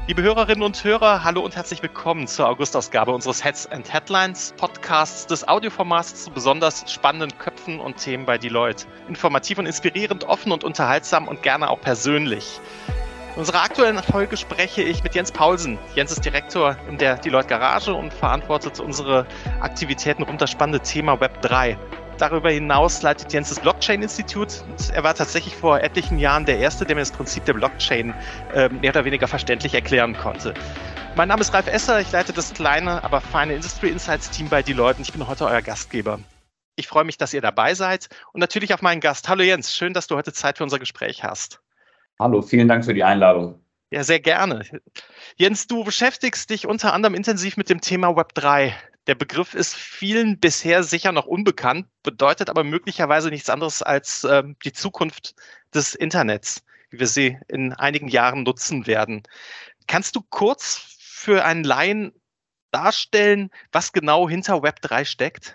Liebe Hörerinnen und Hörer, hallo und herzlich willkommen zur August-Ausgabe unseres Heads and Headlines Podcasts des Audioformats zu besonders spannenden Köpfen und Themen bei Deloitte. Informativ und inspirierend, offen und unterhaltsam und gerne auch persönlich. In unserer aktuellen Folge spreche ich mit Jens Paulsen. Jens ist Direktor in der Deloitte Garage und verantwortet unsere Aktivitäten rund um das spannende Thema Web 3. Darüber hinaus leitet Jens das Blockchain-Institut und er war tatsächlich vor etlichen Jahren der Erste, der mir das Prinzip der Blockchain mehr oder weniger verständlich erklären konnte. Mein Name ist Ralf Esser, ich leite das kleine, aber feine Industry Insights Team bei Deloitte und ich bin heute euer Gastgeber. Ich freue mich, dass ihr dabei seid und natürlich auf meinen Gast. Hallo Jens, schön, dass du heute Zeit für unser Gespräch hast. Hallo, vielen Dank für die Einladung. Ja, sehr gerne. Jens, du beschäftigst dich unter anderem intensiv mit dem Thema Web 3. Der Begriff ist vielen bisher sicher noch unbekannt, bedeutet aber möglicherweise nichts anderes als die Zukunft des Internets, wie wir sie in einigen Jahren nutzen werden. Kannst du kurz für einen Laien darstellen, was genau hinter Web 3 steckt?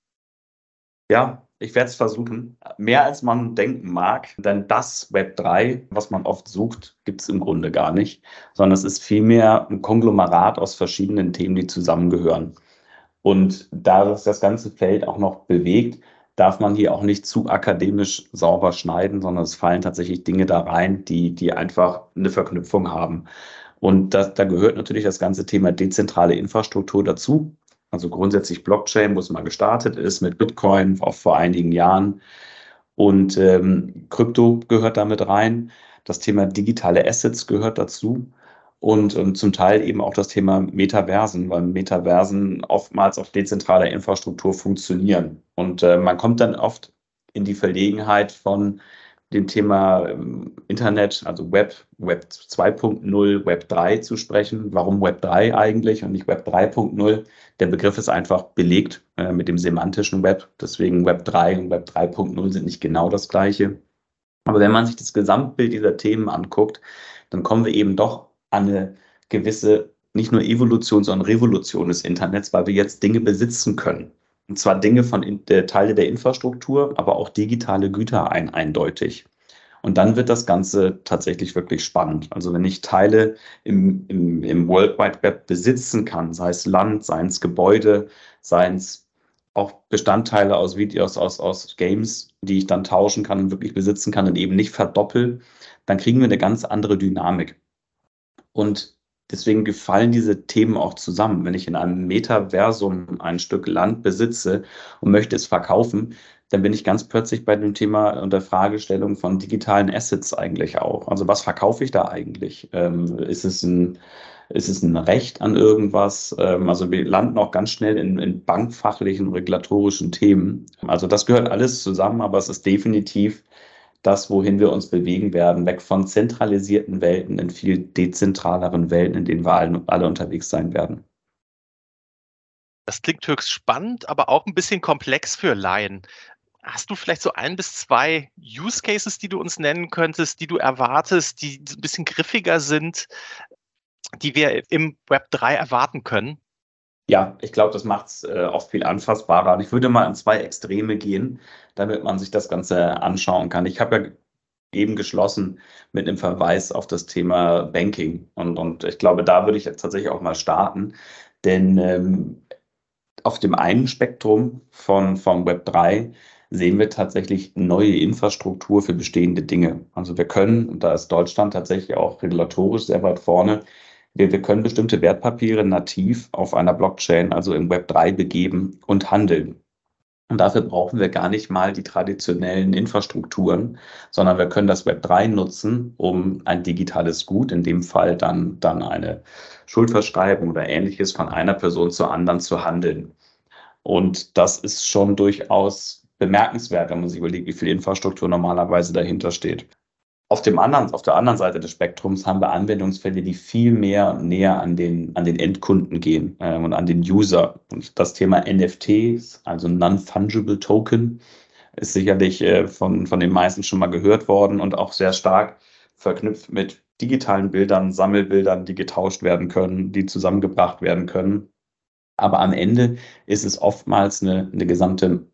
Ja, ich werde es versuchen. Mehr als man denken mag, denn das Web 3, was man oft sucht, gibt es im Grunde gar nicht, sondern es ist vielmehr ein Konglomerat aus verschiedenen Themen, die zusammengehören. Und da das ganze Feld auch noch bewegt, darf man hier auch nicht zu akademisch sauber schneiden, sondern es fallen tatsächlich Dinge da rein, die einfach eine Verknüpfung haben. Und da gehört natürlich das ganze Thema dezentrale Infrastruktur dazu. Also grundsätzlich Blockchain, wo es mal gestartet ist mit Bitcoin, auch vor einigen Jahren. Und Krypto gehört damit rein. Das Thema digitale Assets gehört dazu. Und zum Teil eben auch das Thema Metaversen, weil Metaversen oftmals auf dezentraler Infrastruktur funktionieren. Und man kommt dann oft in die Verlegenheit von dem Thema Internet, also Web 2.0, Web 3 zu sprechen. Warum Web 3 eigentlich und nicht Web 3.0? Der Begriff ist einfach belegt mit dem semantischen Web. Deswegen Web 3 und Web 3.0 sind nicht genau das Gleiche. Aber wenn man sich das Gesamtbild dieser Themen anguckt, dann kommen wir eben doch an eine gewisse, nicht nur Evolution, sondern Revolution des Internets, weil wir jetzt Dinge besitzen können. Und zwar Dinge von Teile der Infrastruktur, aber auch digitale Güter eindeutig. Und dann wird das Ganze tatsächlich wirklich spannend. Also wenn ich Teile im World Wide Web besitzen kann, sei es Land, sei es Gebäude, sei es auch Bestandteile aus Videos, aus Games, die ich dann tauschen kann und wirklich besitzen kann und eben nicht verdoppel, dann kriegen wir eine ganz andere Dynamik. Und deswegen gefallen diese Themen auch zusammen. Wenn ich in einem Metaversum ein Stück Land besitze und möchte es verkaufen, dann bin ich ganz plötzlich bei dem Thema und der Fragestellung von digitalen Assets eigentlich auch. Also was verkaufe ich da eigentlich? Ist es ein Recht an irgendwas? Also wir landen auch ganz schnell in bankfachlichen, regulatorischen Themen. Also das gehört alles zusammen, aber es ist definitiv das, wohin wir uns bewegen werden, weg von zentralisierten Welten in viel dezentraleren Welten, in denen wir alle unterwegs sein werden. Das klingt höchst spannend, aber auch ein bisschen komplex für Laien. Hast du vielleicht so 1 bis 2 Use Cases, die du uns nennen könntest, die du erwartest, die ein bisschen griffiger sind, die wir im Web 3 erwarten können? Ja, ich glaube, das macht es auch viel anfassbarer. Und ich würde mal in 2 Extreme gehen, damit man sich das Ganze anschauen kann. Ich habe ja eben geschlossen mit einem Verweis auf das Thema Banking. Und ich glaube, da würde ich jetzt tatsächlich auch mal starten. Denn auf dem einen Spektrum vom Web 3 sehen wir tatsächlich neue Infrastruktur für bestehende Dinge. Also wir können, und da ist Deutschland tatsächlich auch regulatorisch sehr weit vorne, wir können bestimmte Wertpapiere nativ auf einer Blockchain, also im Web 3 begeben und handeln. Und dafür brauchen wir gar nicht mal die traditionellen Infrastrukturen, sondern wir können das Web 3 nutzen, um ein digitales Gut, in dem Fall dann eine Schuldverschreibung oder Ähnliches von einer Person zur anderen zu handeln. Und das ist schon durchaus bemerkenswert, wenn man sich überlegt, wie viel Infrastruktur normalerweise dahinter steht. Auf der anderen Seite des Spektrums haben wir Anwendungsfälle, die viel mehr näher an den Endkunden gehen und an den User. Und das Thema NFTs, also Non-Fungible Token, ist sicherlich von den meisten schon mal gehört worden und auch sehr stark verknüpft mit digitalen Bildern, Sammelbildern, die getauscht werden können, die zusammengebracht werden können. Aber am Ende ist es oftmals eine gesamte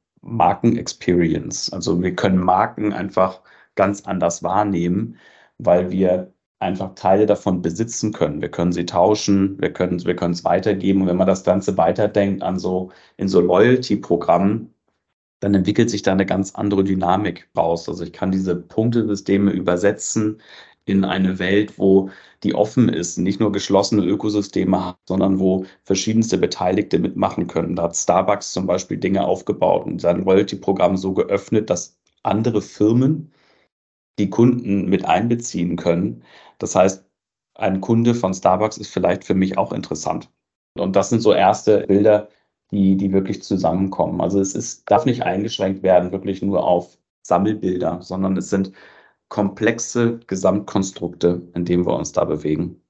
Marken-Experience. Also wir können Marken einfach ganz anders wahrnehmen, weil wir einfach Teile davon besitzen können. Wir können sie tauschen, wir können es weitergeben. Und wenn man das Ganze weiterdenkt in so Loyalty-Programmen, dann entwickelt sich da eine ganz andere Dynamik raus. Also ich kann diese Punktesysteme übersetzen in eine Welt, wo die offen ist, nicht nur geschlossene Ökosysteme hat, sondern wo verschiedenste Beteiligte mitmachen können. Da hat Starbucks zum Beispiel Dinge aufgebaut und sein Loyalty-Programm so geöffnet, dass andere Firmen die Kunden mit einbeziehen können. Das heißt, ein Kunde von Starbucks ist vielleicht für mich auch interessant. Und das sind so erste Bilder, die wirklich zusammenkommen. Also darf nicht eingeschränkt werden, wirklich nur auf Sammelbilder, sondern es sind komplexe Gesamtkonstrukte, in denen wir uns da bewegen.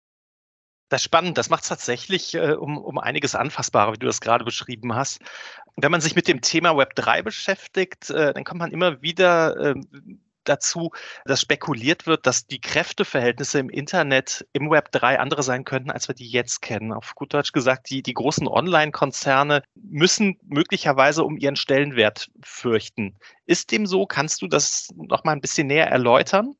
Das ist spannend. Das macht es tatsächlich um einiges anfassbarer, wie du das gerade beschrieben hast. Wenn man sich mit dem Thema Web 3 beschäftigt, dann kommt man immer wieder dazu, dass spekuliert wird, dass die Kräfteverhältnisse im Internet im Web 3 andere sein könnten, als wir die jetzt kennen. Auf gut Deutsch gesagt, die großen Online-Konzerne müssen möglicherweise um ihren Stellenwert fürchten. Ist dem so? Kannst du das noch mal ein bisschen näher erläutern?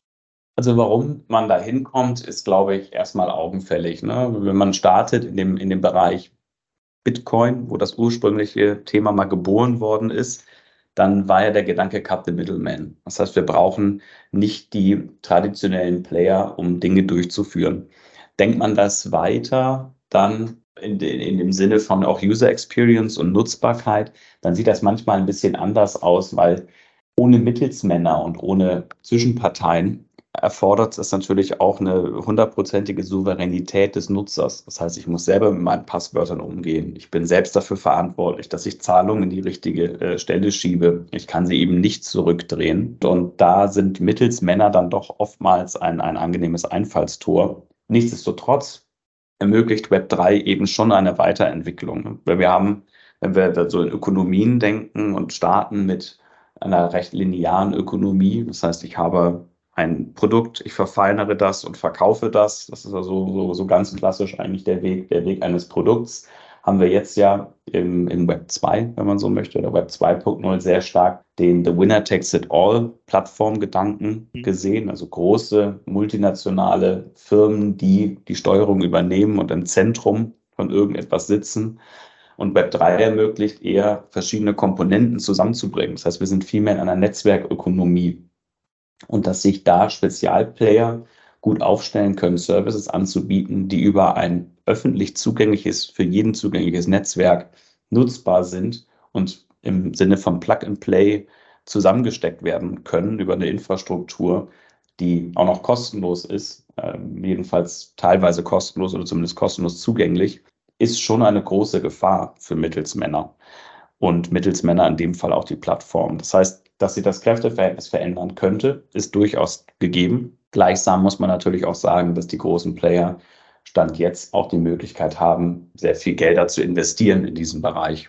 Also warum man da hinkommt, ist, glaube ich, erstmal augenfällig. Ne? Wenn man startet in dem Bereich Bitcoin, wo das ursprüngliche Thema mal geboren worden ist, dann war ja der Gedanke Cut the Middleman. Das heißt, wir brauchen nicht die traditionellen Player, um Dinge durchzuführen. Denkt man das weiter, dann in dem Sinne von auch User Experience und Nutzbarkeit, dann sieht das manchmal ein bisschen anders aus, weil ohne Mittelsmänner und ohne Zwischenparteien erfordert es natürlich auch eine 100%ige Souveränität des Nutzers. Das heißt, ich muss selber mit meinen Passwörtern umgehen. Ich bin selbst dafür verantwortlich, dass ich Zahlungen in die richtige Stelle schiebe. Ich kann sie eben nicht zurückdrehen. Und da sind Mittelsmänner dann doch oftmals ein angenehmes Einfallstor. Nichtsdestotrotz ermöglicht Web3 eben schon eine Weiterentwicklung. Weil wenn wir so in Ökonomien denken und starten mit einer recht linearen Ökonomie, das heißt, ich habe ein Produkt, ich verfeinere das und verkaufe das. Das ist also so ganz klassisch eigentlich der Weg eines Produkts. Haben wir jetzt ja im Web 2, wenn man so möchte, oder Web 2.0 sehr stark den The Winner Takes It All Plattformgedanken gesehen. Also große multinationale Firmen, die die Steuerung übernehmen und im Zentrum von irgendetwas sitzen. Und Web 3 ermöglicht eher, verschiedene Komponenten zusammenzubringen. Das heißt, wir sind viel mehr in einer Netzwerkökonomie. Und dass sich da Spezialplayer gut aufstellen können, Services anzubieten, die über ein öffentlich zugängliches, für jeden zugängliches Netzwerk nutzbar sind und im Sinne von Plug-and-Play zusammengesteckt werden können über eine Infrastruktur, die auch noch kostenlos ist, jedenfalls teilweise kostenlos oder zumindest kostenlos zugänglich, ist schon eine große Gefahr für Mittelsmänner. Und Mittelsmänner in dem Fall auch die Plattform. Das heißt, dass sie das Kräfteverhältnis verändern könnte, ist durchaus gegeben. Gleichsam muss man natürlich auch sagen, dass die großen Player Stand jetzt auch die Möglichkeit haben, sehr viel Gelder zu investieren in diesem Bereich.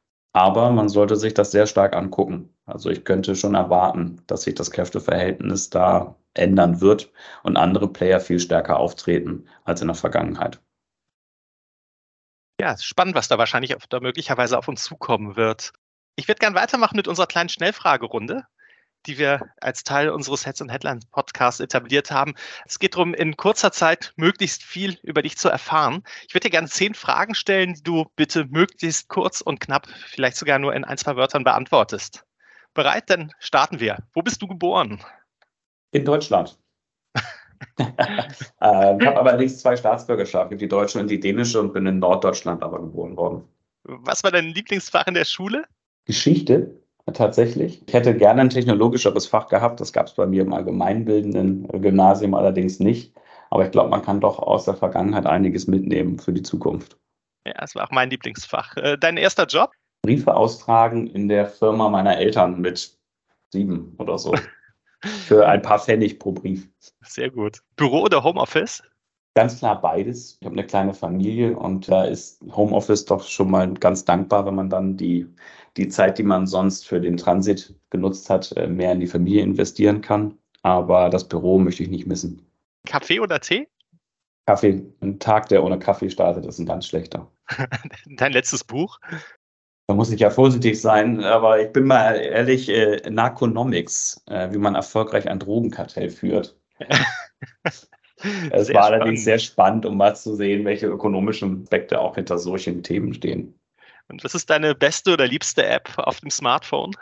Aber man sollte sich das sehr stark angucken. Also ich könnte schon erwarten, dass sich das Kräfteverhältnis da ändern wird und andere Player viel stärker auftreten als in der Vergangenheit. Ja, spannend, was da wahrscheinlich da möglicherweise auf uns zukommen wird. Ich würde gerne weitermachen mit unserer kleinen Schnellfragerunde, die wir als Teil unseres Heads and Headlines Podcasts etabliert haben. Es geht darum, in kurzer Zeit möglichst viel über dich zu erfahren. Ich würde dir gerne 10 Fragen stellen, die du bitte möglichst kurz und knapp, vielleicht sogar nur in 1, 2 Wörtern beantwortest. Bereit? Dann starten wir. Wo bist du geboren? In Deutschland. Ich habe allerdings 2 Staatsbürgerschaften, die deutsche und die dänische, und bin in Norddeutschland aber geboren worden. Was war dein Lieblingsfach in der Schule? Geschichte, tatsächlich. Ich hätte gerne ein technologischeres Fach gehabt. Das gab es bei mir im allgemeinbildenden Gymnasium allerdings nicht. Aber ich glaube, man kann doch aus der Vergangenheit einiges mitnehmen für die Zukunft. Ja, das war auch mein Lieblingsfach. Dein erster Job? Briefe austragen in der Firma meiner Eltern mit 7 oder so. Für ein paar Pfennig pro Brief. Sehr gut. Büro oder Homeoffice? Ganz klar beides. Ich habe eine kleine Familie und da ist Homeoffice doch schon mal ganz dankbar, wenn man dann die Zeit, die man sonst für den Transit genutzt hat, mehr in die Familie investieren kann. Aber das Büro möchte ich nicht missen. Kaffee oder Tee? Kaffee. Ein Tag, der ohne Kaffee startet, ist ein ganz schlechter. Dein letztes Buch? Da muss ich ja vorsichtig sein, aber ich bin mal ehrlich, Narconomics, wie man erfolgreich ein Drogenkartell führt. Es Sehr war allerdings spannend. sehr spannend, um mal zu sehen, welche ökonomischen Aspekte auch hinter solchen Themen stehen. Und was ist deine beste oder liebste App auf dem Smartphone?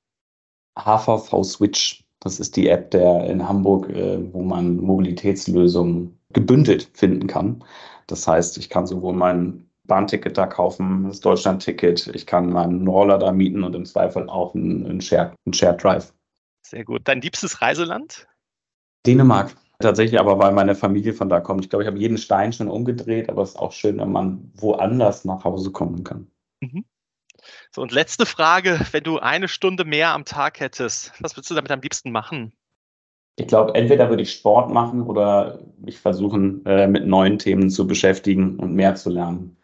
HVV Switch, das ist die App der in Hamburg, wo man Mobilitätslösungen gebündelt finden kann. Das heißt, ich kann sowohl mein Bahnticket da kaufen, das Deutschlandticket, ich kann meinen Roller da mieten und im Zweifel auch einen Shared Drive. Sehr gut. Dein liebstes Reiseland? Dänemark. Tatsächlich aber, weil meine Familie von da kommt. Ich glaube, ich habe jeden Stein schon umgedreht, aber es ist auch schön, wenn man woanders nach Hause kommen kann. Mhm. So, und letzte Frage, wenn du eine Stunde mehr am Tag hättest, was würdest du damit am liebsten machen? Ich glaube, entweder würde ich Sport machen oder mich versuchen, mit neuen Themen zu beschäftigen und mehr zu lernen.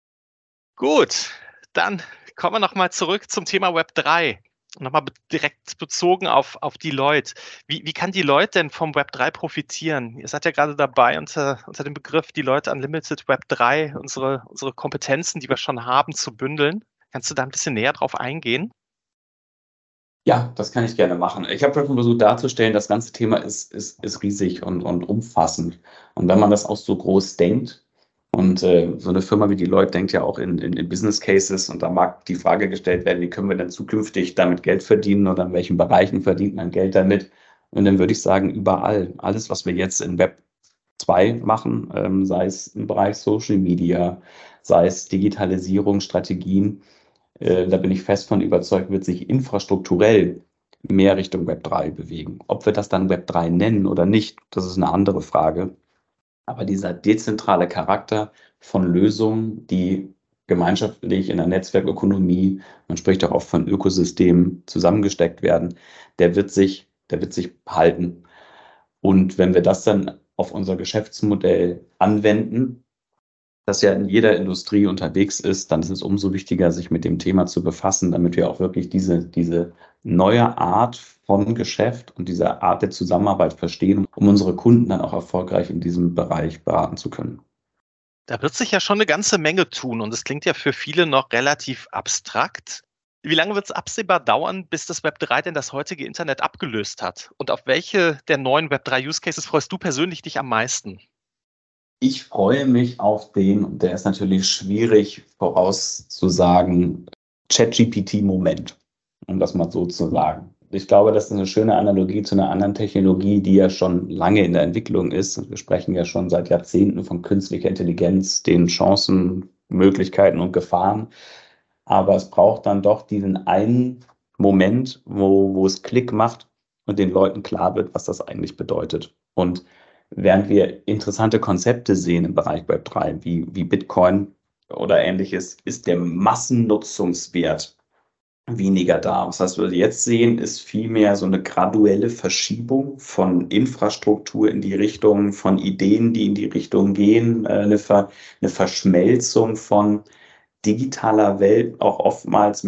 Gut, dann kommen wir nochmal zurück zum Thema Web 3. Nochmal direkt bezogen auf die Leute. Wie kann die Leute denn vom Web 3 profitieren? Ihr seid ja gerade dabei, unter dem Begriff die Leute Unlimited Web 3, unsere Kompetenzen, die wir schon haben, zu bündeln. Kannst du da ein bisschen näher drauf eingehen? Ja, das kann ich gerne machen. Ich habe versucht darzustellen, das ganze Thema ist riesig und umfassend. Und wenn man das auch so groß denkt, und so eine Firma wie Deloitte denkt ja auch in Business Cases, und da mag die Frage gestellt werden, wie können wir denn zukünftig damit Geld verdienen oder in welchen Bereichen verdient man Geld damit? Und dann würde ich sagen, überall. Alles, was wir jetzt in Web 2 machen, sei es im Bereich Social Media, sei es Digitalisierung, Strategien, da bin ich fest von überzeugt, wird sich infrastrukturell mehr Richtung Web 3 bewegen. Ob wir das dann Web 3 nennen oder nicht, das ist eine andere Frage. Aber dieser dezentrale Charakter von Lösungen, die gemeinschaftlich in der Netzwerkökonomie, man spricht auch oft von Ökosystemen, zusammengesteckt werden, der wird sich halten. Und wenn wir das dann auf unser Geschäftsmodell anwenden, das ja in jeder Industrie unterwegs ist, dann ist es umso wichtiger, sich mit dem Thema zu befassen, damit wir auch wirklich diese neue Art von Geschäft und diese Art der Zusammenarbeit verstehen, um unsere Kunden dann auch erfolgreich in diesem Bereich beraten zu können. Da wird sich ja schon eine ganze Menge tun und es klingt ja für viele noch relativ abstrakt. Wie lange wird es absehbar dauern, bis das Web 3 denn das heutige Internet abgelöst hat? Und auf welche der neuen Web 3 Use Cases freust du persönlich dich am meisten? Ich freue mich auf den, und der ist natürlich schwierig vorauszusagen, ChatGPT-Moment, um das mal so zu sagen. Ich glaube, das ist eine schöne Analogie zu einer anderen Technologie, die ja schon lange in der Entwicklung ist. Und wir sprechen ja schon seit Jahrzehnten von künstlicher Intelligenz, den Chancen, Möglichkeiten und Gefahren. Aber es braucht dann doch diesen einen Moment, wo es Klick macht und den Leuten klar wird, was das eigentlich bedeutet. Und während wir interessante Konzepte sehen im Bereich Web 3, wie Bitcoin oder ähnliches, ist der Massennutzungswert weniger da. Was heißt, was wir jetzt sehen, ist vielmehr so eine graduelle Verschiebung von Infrastruktur in die Richtung, von Ideen, die in die Richtung gehen, eine Verschmelzung von digitaler Welt, auch oftmals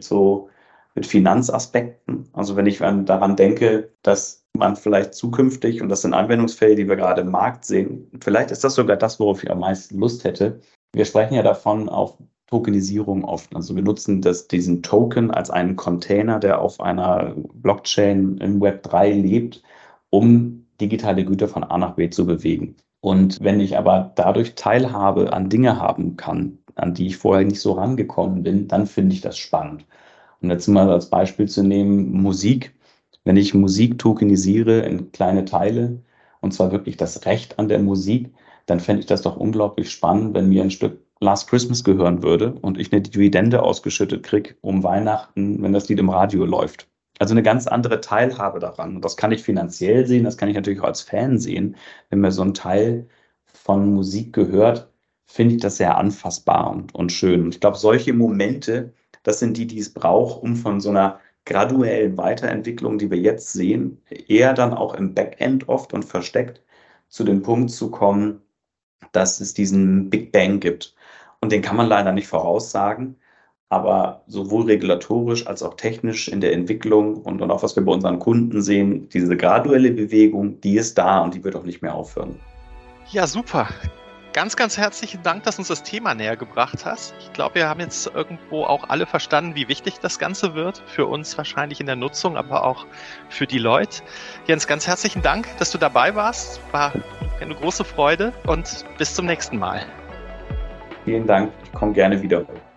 mit Finanzaspekten. Also wenn ich daran denke, dass man vielleicht zukünftig, und das sind Anwendungsfälle, die wir gerade im Markt sehen, vielleicht ist das sogar das, worauf ich am meisten Lust hätte. Wir sprechen ja davon auf Tokenisierung oft. Also wir nutzen diesen Token als einen Container, der auf einer Blockchain im Web 3 lebt, um digitale Güter von A nach B zu bewegen. Und wenn ich aber dadurch Teilhabe an Dinge haben kann, an die ich vorher nicht so rangekommen bin, dann finde ich das spannend. Und jetzt mal als Beispiel zu nehmen, Musik. Wenn ich Musik tokenisiere in kleine Teile, und zwar wirklich das Recht an der Musik, dann fände ich das doch unglaublich spannend, wenn mir ein Stück Last Christmas gehören würde und ich eine Dividende ausgeschüttet kriege um Weihnachten, wenn das Lied im Radio läuft. Also eine ganz andere Teilhabe daran. Und das kann ich finanziell sehen, das kann ich natürlich auch als Fan sehen. Wenn mir so ein Teil von Musik gehört, finde ich das sehr anfassbar und schön. Und ich glaube, solche Momente, das sind die es braucht, um von so einer graduellen Weiterentwicklung, die wir jetzt sehen, eher dann auch im Backend oft und versteckt zu dem Punkt zu kommen, dass es diesen Big Bang gibt. Und den kann man leider nicht voraussagen, aber sowohl regulatorisch als auch technisch in der Entwicklung und auch was wir bei unseren Kunden sehen, diese graduelle Bewegung, die ist da und die wird auch nicht mehr aufhören. Ja, super. ganz, ganz herzlichen Dank, dass du uns das Thema näher gebracht hast. Ich glaube, wir haben jetzt irgendwo auch alle verstanden, wie wichtig das Ganze wird. Für uns wahrscheinlich in der Nutzung, aber auch für die Leute. Jens, ganz herzlichen Dank, dass du dabei warst. War eine große Freude und bis zum nächsten Mal. Vielen Dank. Ich komme gerne wieder.